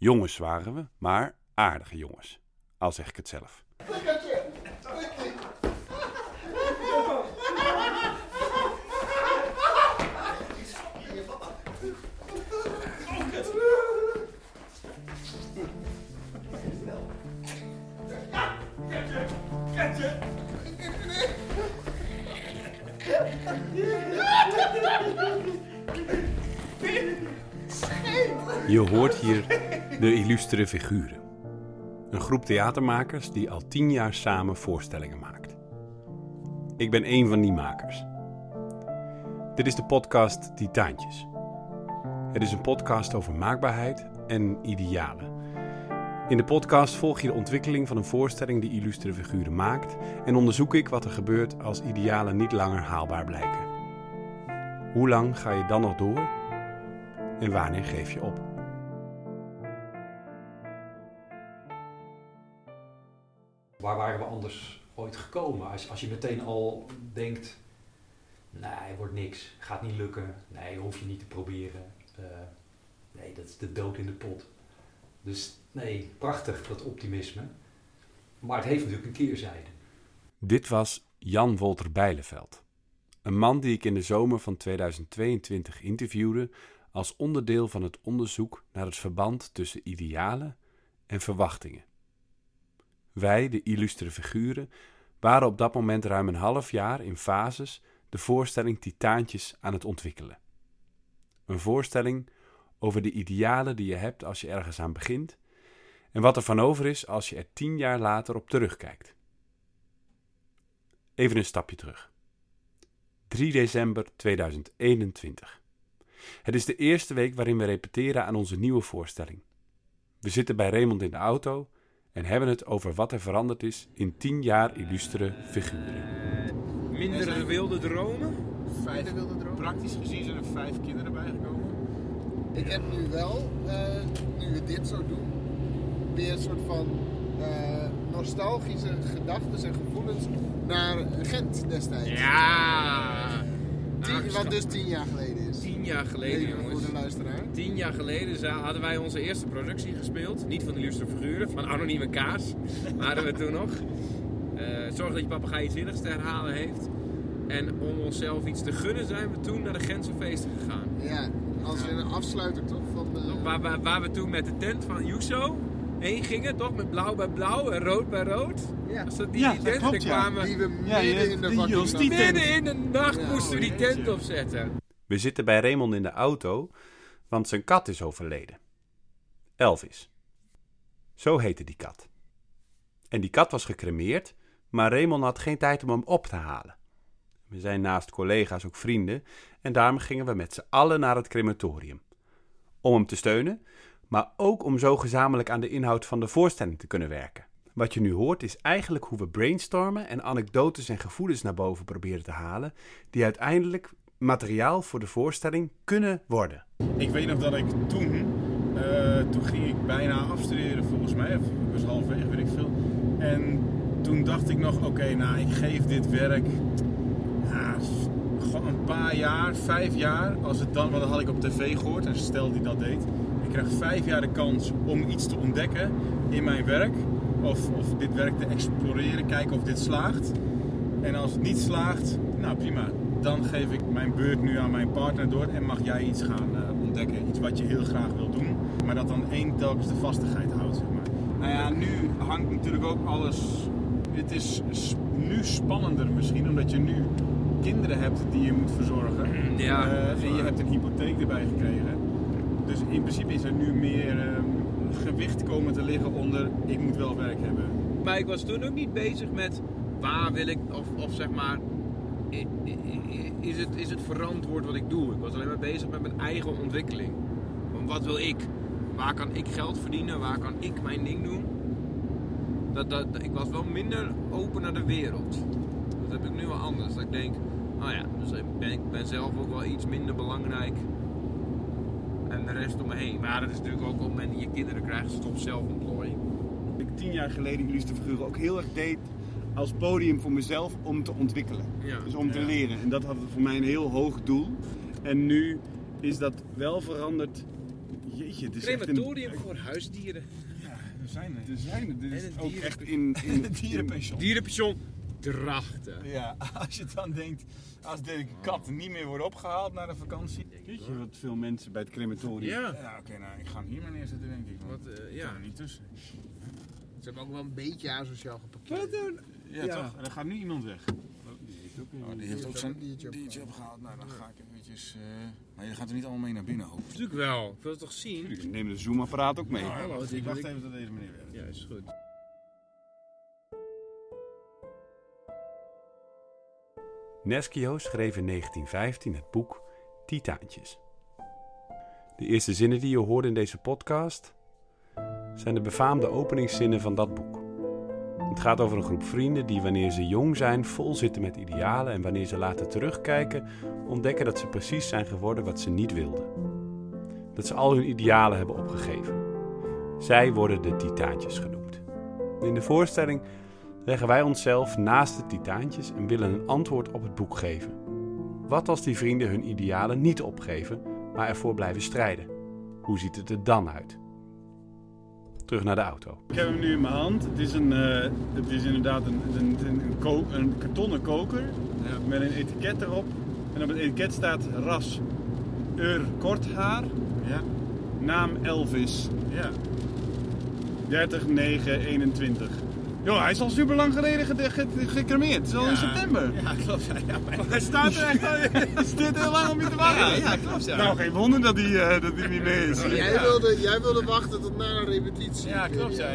Jongens waren we, maar aardige jongens. Al zeg ik het zelf. Je hoort hier de illustere figuren. Een groep theatermakers die al 10 jaar samen voorstellingen maakt. Ik ben één van die makers. Dit is de podcast Titaantjes. Het is een podcast over maakbaarheid en idealen. In de podcast volg je de ontwikkeling van een voorstelling die illustere figuren maakt en onderzoek ik wat er gebeurt als idealen niet langer haalbaar blijken. Hoe lang ga je dan nog door? En wanneer geef je op? Waar waren we anders ooit gekomen? Als je meteen al denkt, nee, wordt niks, gaat niet lukken, nee, hoef je niet te proberen. Nee, dat is de dood in de pot. Dus nee, prachtig dat optimisme. Maar het heeft natuurlijk een keerzijde. Dit was Jan Wolter Bijleveld. Een man die ik in de zomer van 2022 interviewde als onderdeel van het onderzoek naar het verband tussen idealen en verwachtingen. Wij, de illustere figuren, waren op dat moment ruim een half jaar in fases de voorstelling Titaantjes aan het ontwikkelen. Een voorstelling over de idealen die je hebt als je ergens aan begint en wat er van over is als je er 10 jaar later op terugkijkt. Even een stapje terug. 3 december 2021. Het is de eerste week waarin we repeteren aan onze nieuwe voorstelling. We zitten bij Raymond in de auto en hebben het over wat er veranderd is in 10 jaar illustere figuren. Minder wilde dromen? 5 wilde dromen. Praktisch gezien zijn er 5 kinderen bijgekomen. Ik heb nu wel, nu we dit zo doen, weer een soort van nostalgische gedachten en gevoelens naar Gent destijds. Ja! Wat dus 10 jaar geleden is. 10 jaar geleden, Even jongens. voor de luisteraar. 10 jaar geleden hadden wij onze eerste productie gespeeld. Niet van de illustere figuren, van Anonieme Kaas. Waren we toen nog. Zorg dat je papegaai iets zinnigs te herhalen heeft. En om onszelf iets te gunnen zijn we toen naar de Gentse feesten gegaan. Ja, als een afsluiter toch? Van de... Waar we toen met de tent van Yuso heen gingen, toch? Met blauw bij blauw en rood bij rood. Ja. Was dat die tent? dat klopt, Daar kwamen Die we midden in de fucking midden in de nacht Ja, moesten we die tent opzetten. We zitten bij Raymond in de auto, want zijn kat is overleden. Elvis. Zo heette die kat. En die kat was gecremeerd, maar Raymond had geen tijd om hem op te halen. We zijn naast collega's ook vrienden en daarom gingen we met z'n allen naar het crematorium. Om hem te steunen, maar ook om zo gezamenlijk aan de inhoud van de voorstelling te kunnen werken. Wat je nu hoort is eigenlijk hoe we brainstormen en anekdotes en gevoelens naar boven proberen te halen, die uiteindelijk materiaal voor de voorstelling kunnen worden. Ik weet nog dat ik toen ging ik bijna afstuderen volgens mij, of ik was halfwege, weet ik veel. En toen dacht ik nog, oké, ik geef dit werk gewoon een paar jaar, 5 jaar, als het dan, want dat had ik op tv gehoord, een stel die dat deed. Ik krijg 5 jaar de kans om iets te ontdekken in mijn werk, of dit werk te exploreren, kijken of dit slaagt. En als het niet slaagt, nou prima. Dan geef ik mijn beurt nu aan mijn partner door en mag jij iets gaan ontdekken. Iets wat je heel graag wil doen, maar dat dan telkens de vastigheid houdt, zeg maar. Nou ja, nu hangt natuurlijk ook alles... Het is nu spannender misschien, omdat je nu kinderen hebt die je moet verzorgen. Ja, en je hebt een hypotheek erbij gekregen. Dus in principe is er nu meer gewicht komen te liggen onder ik moet wel werk hebben. Maar ik was toen ook niet bezig met waar wil ik, of zeg maar, is het verantwoord wat ik doe? Ik was alleen maar bezig met mijn eigen ontwikkeling. Want wat wil ik? Waar kan ik geld verdienen? Waar kan ik mijn ding doen? Ik was wel minder open naar de wereld. Dat heb ik nu wel anders. Dat ik denk, dus ik ben zelf ook wel iets minder belangrijk. En de rest om me heen. Maar dat is natuurlijk ook op het moment dat je kinderen krijgt, is het op zelfontplooiing. Ik 10 jaar geleden illustre figuren ook heel erg deed als podium voor mezelf om te ontwikkelen. Ja. Dus om te leren. En dat had voor mij een heel hoog doel. En nu is dat wel veranderd Jeetje, het is echt Crematorium voor huisdieren. Ja, er zijn er. Dit is En een ook dieren- echt in Het dierenpension. Dierenpension Drachten. Ja, als je dan denkt, als de katten niet meer worden opgehaald naar de vakantie. Weet je wat veel mensen bij het crematorium... Ja. Oké, nou, ik ga hem hier maar neerzetten, denk ik. Want Ja. kan er niet tussen. Ze hebben ook wel een beetje asociaal geparkeerd. Ja, toch? En dan gaat nu iemand weg. Die heeft ook zo'n diertje diertje opgehaald. Nou, dan ga ik eventjes... Maar je gaat er niet allemaal mee naar binnen, hoor. Natuurlijk wel. Ik wil het toch zien? Ik neem de zoomapparaat ook mee. hallo, Ik wacht even tot deze meneer werkt. Ja, is goed. Neschio schreef in 1915 het boek Titaantjes. De eerste zinnen die je hoorde in deze podcast zijn de befaamde openingszinnen van dat boek. Het gaat over een groep vrienden die wanneer ze jong zijn vol zitten met idealen en wanneer ze later terugkijken ontdekken dat ze precies zijn geworden wat ze niet wilden. Dat ze al hun idealen hebben opgegeven. Zij worden de Titaantjes genoemd. In de voorstelling leggen wij onszelf naast de Titaantjes en willen een antwoord op het boek geven. Wat als die vrienden hun idealen niet opgeven, maar ervoor blijven strijden? Hoe ziet het er dan uit? Terug naar de auto. Ik heb hem nu in mijn hand. Het is inderdaad een kartonnen koker met een etiket erop. En op het etiket staat ras Korthaar. Ja. Naam Elvis. Ja. 30/9/21. Joh, hij is al super lang geleden gecremeerd. Het is al in september. Ja, klopt. Ja, Hij staat er echt al. Hij zit heel lang om je te wachten. ja, klopt. Ja. Nou, geen wonder dat hij niet mee is. Jij wilde wachten tot na een repetitie. Ja, klopt. Ja.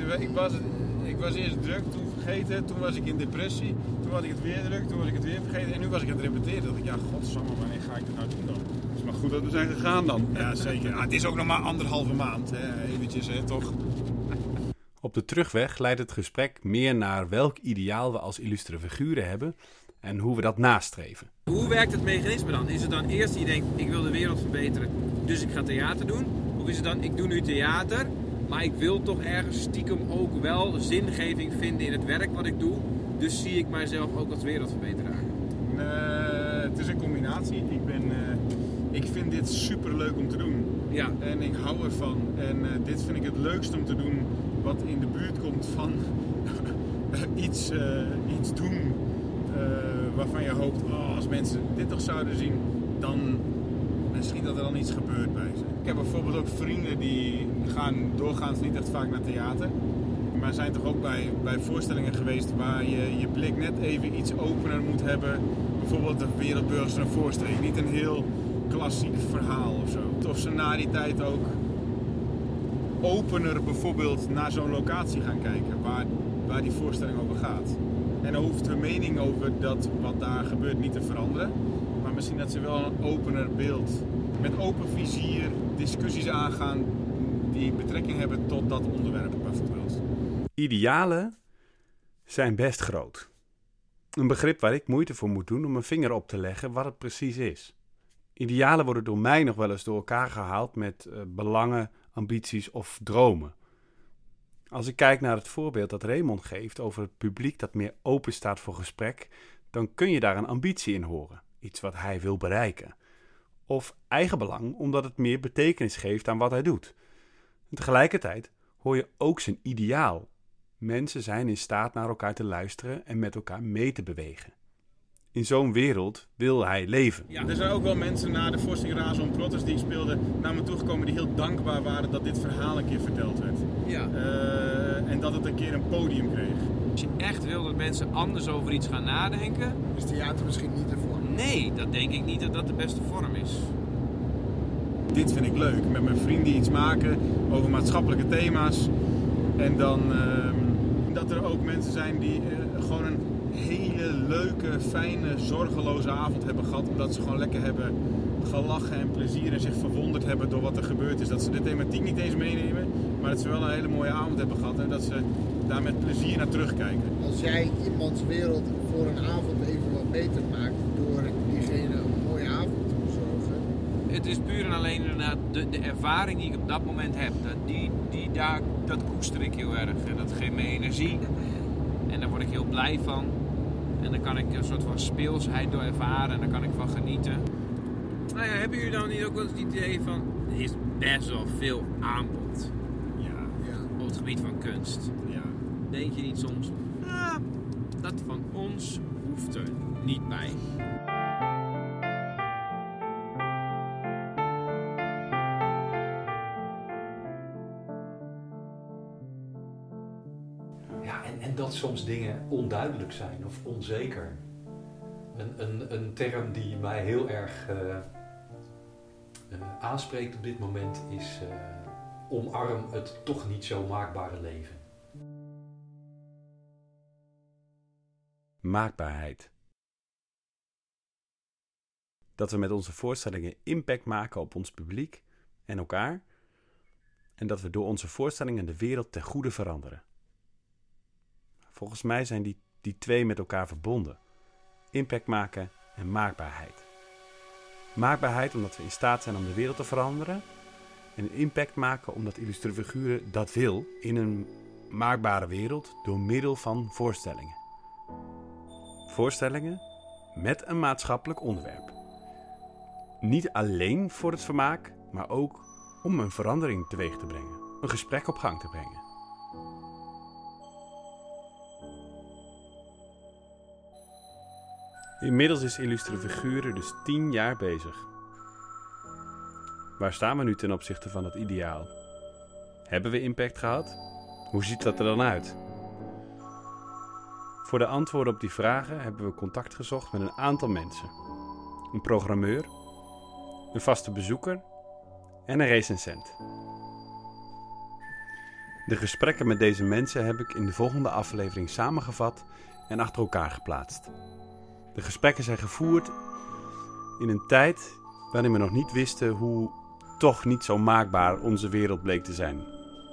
Ik was eerst druk, toen vergeten, toen was ik in depressie, toen had ik het weer druk, toen was ik het weer vergeten en nu was ik aan het repeteren. Dat ik, ja, godsamme, wanneer ga ik het nou doen dan? Het is maar goed dat we zijn gegaan dan. Ja, zeker. Het is ook nog maar 1,5 maand, hè. Eventjes, hè, toch? Op de terugweg leidt het gesprek meer naar welk ideaal we als illustere figuren hebben en hoe we dat nastreven. Hoe werkt het mechanisme dan? Is het dan eerst die denkt, ik wil de wereld verbeteren, dus ik ga theater doen? Of is het dan, ik doe nu theater, maar ik wil toch ergens stiekem ook wel zingeving vinden in het werk wat ik doe, dus zie ik mijzelf ook als wereldverbeteraar? Het is een combinatie. Ik vind dit super leuk om te doen. Ja. En ik hou ervan. En dit vind ik het leukst om te doen wat in de buurt komt van iets doen waarvan je hoopt, als mensen dit toch zouden zien, dan misschien dat er dan iets gebeurt bij ze. Ik heb bijvoorbeeld ook vrienden die gaan doorgaans niet echt vaak naar theater. Maar zijn toch ook bij voorstellingen geweest waar je je blik net even iets opener moet hebben. Bijvoorbeeld de Wereldburgers een voorstelling. Niet een heel klassiek verhaal of zo. Of ze na die tijd ook opener bijvoorbeeld naar zo'n locatie gaan kijken waar die voorstelling over gaat. En dan hoeft hun mening over dat wat daar gebeurt niet te veranderen. Maar misschien dat ze wel een opener beeld met open vizier discussies aangaan die betrekking hebben tot dat onderwerp bijvoorbeeld. Idealen zijn best groot. Een begrip waar ik moeite voor moet doen om mijn vinger op te leggen wat het precies is. Idealen worden door mij nog wel eens door elkaar gehaald met belangen, ambities of dromen. Als ik kijk naar het voorbeeld dat Raymond geeft over het publiek dat meer open staat voor gesprek, dan kun je daar een ambitie in horen. Iets wat hij wil bereiken. Of eigenbelang omdat het meer betekenis geeft aan wat hij doet. En tegelijkertijd hoor je ook zijn ideaal. Mensen zijn in staat naar elkaar te luisteren en met elkaar mee te bewegen. In zo'n wereld wil hij leven. Ja. Er zijn ook wel mensen na de voorstelling Razon Protters die ik speelde naar me toegekomen die heel dankbaar waren dat dit verhaal een keer verteld werd. Ja. En dat het een keer een podium kreeg. Als je echt wil dat mensen anders over iets gaan nadenken, Is theater misschien niet de vorm? nee, dat denk ik niet dat dat de beste vorm is. Dit vind ik leuk. Met mijn vrienden iets maken over maatschappelijke thema's. En dan dat er ook mensen zijn die gewoon een hele leuke, fijne, zorgeloze avond hebben gehad. Omdat ze gewoon lekker hebben gelachen en plezier en zich verwonderd hebben door wat er gebeurd is. Dat ze de thematiek niet eens meenemen, maar dat ze wel een hele mooie avond hebben gehad. En dat ze daar met plezier naar terugkijken. Als jij iemands wereld voor een avond even wat beter maakt door diegene een mooie avond te bezorgen. Het is puur en alleen inderdaad de ervaring die ik op dat moment heb. Dat koester ik heel erg. En dat geeft me energie. En daar word ik heel blij van. En daar kan ik een soort van speelsheid door ervaren. En daar kan ik van genieten. Nou ja, hebben jullie dan niet ook wel eens het idee van... er is best wel veel aanbod Ja. op het gebied van kunst. Ja. Denk je niet soms, dat van ons hoeft er niet bij. Ja, en dat soms dingen onduidelijk zijn of onzeker. Een term die mij heel erg aanspreekt op dit moment is omarm het toch niet zo maakbare leven. Maakbaarheid. Dat we met onze voorstellingen impact maken op ons publiek en elkaar. En dat we door onze voorstellingen de wereld ten goede veranderen. Volgens mij zijn die twee met elkaar verbonden. Impact maken en maakbaarheid. Maakbaarheid omdat we in staat zijn om de wereld te veranderen. En impact maken omdat Illustre Figuren dat wil in een maakbare wereld door middel van voorstellingen. Voorstellingen met een maatschappelijk onderwerp. Niet alleen voor het vermaak, maar ook om een verandering teweeg te brengen. Een gesprek op gang te brengen. Inmiddels is Illustre Figuren dus 10 jaar bezig. Waar staan we nu ten opzichte van het ideaal? Hebben we impact gehad? Hoe ziet dat er dan uit? Voor de antwoorden op die vragen hebben we contact gezocht met een aantal mensen. Een programmeur, een vaste bezoeker en een recensent. De gesprekken met deze mensen heb ik in de volgende aflevering samengevat en achter elkaar geplaatst. De gesprekken zijn gevoerd in een tijd waarin we nog niet wisten hoe toch niet zo maakbaar onze wereld bleek te zijn.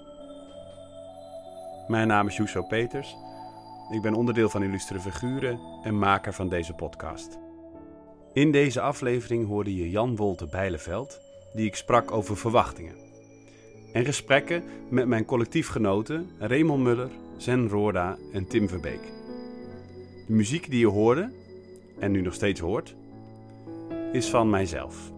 Mijn naam is Jusso Peters. Ik ben onderdeel van Illustre Figuren en maker van deze podcast. In deze aflevering hoorde je Jan Wolter Bijleveld, die ik sprak over verwachtingen. En gesprekken met mijn collectiefgenoten Raymond Muller, Zen Roorda en Tim Verbeek. De muziek die je hoorde, en nu nog steeds hoort, is van mijzelf.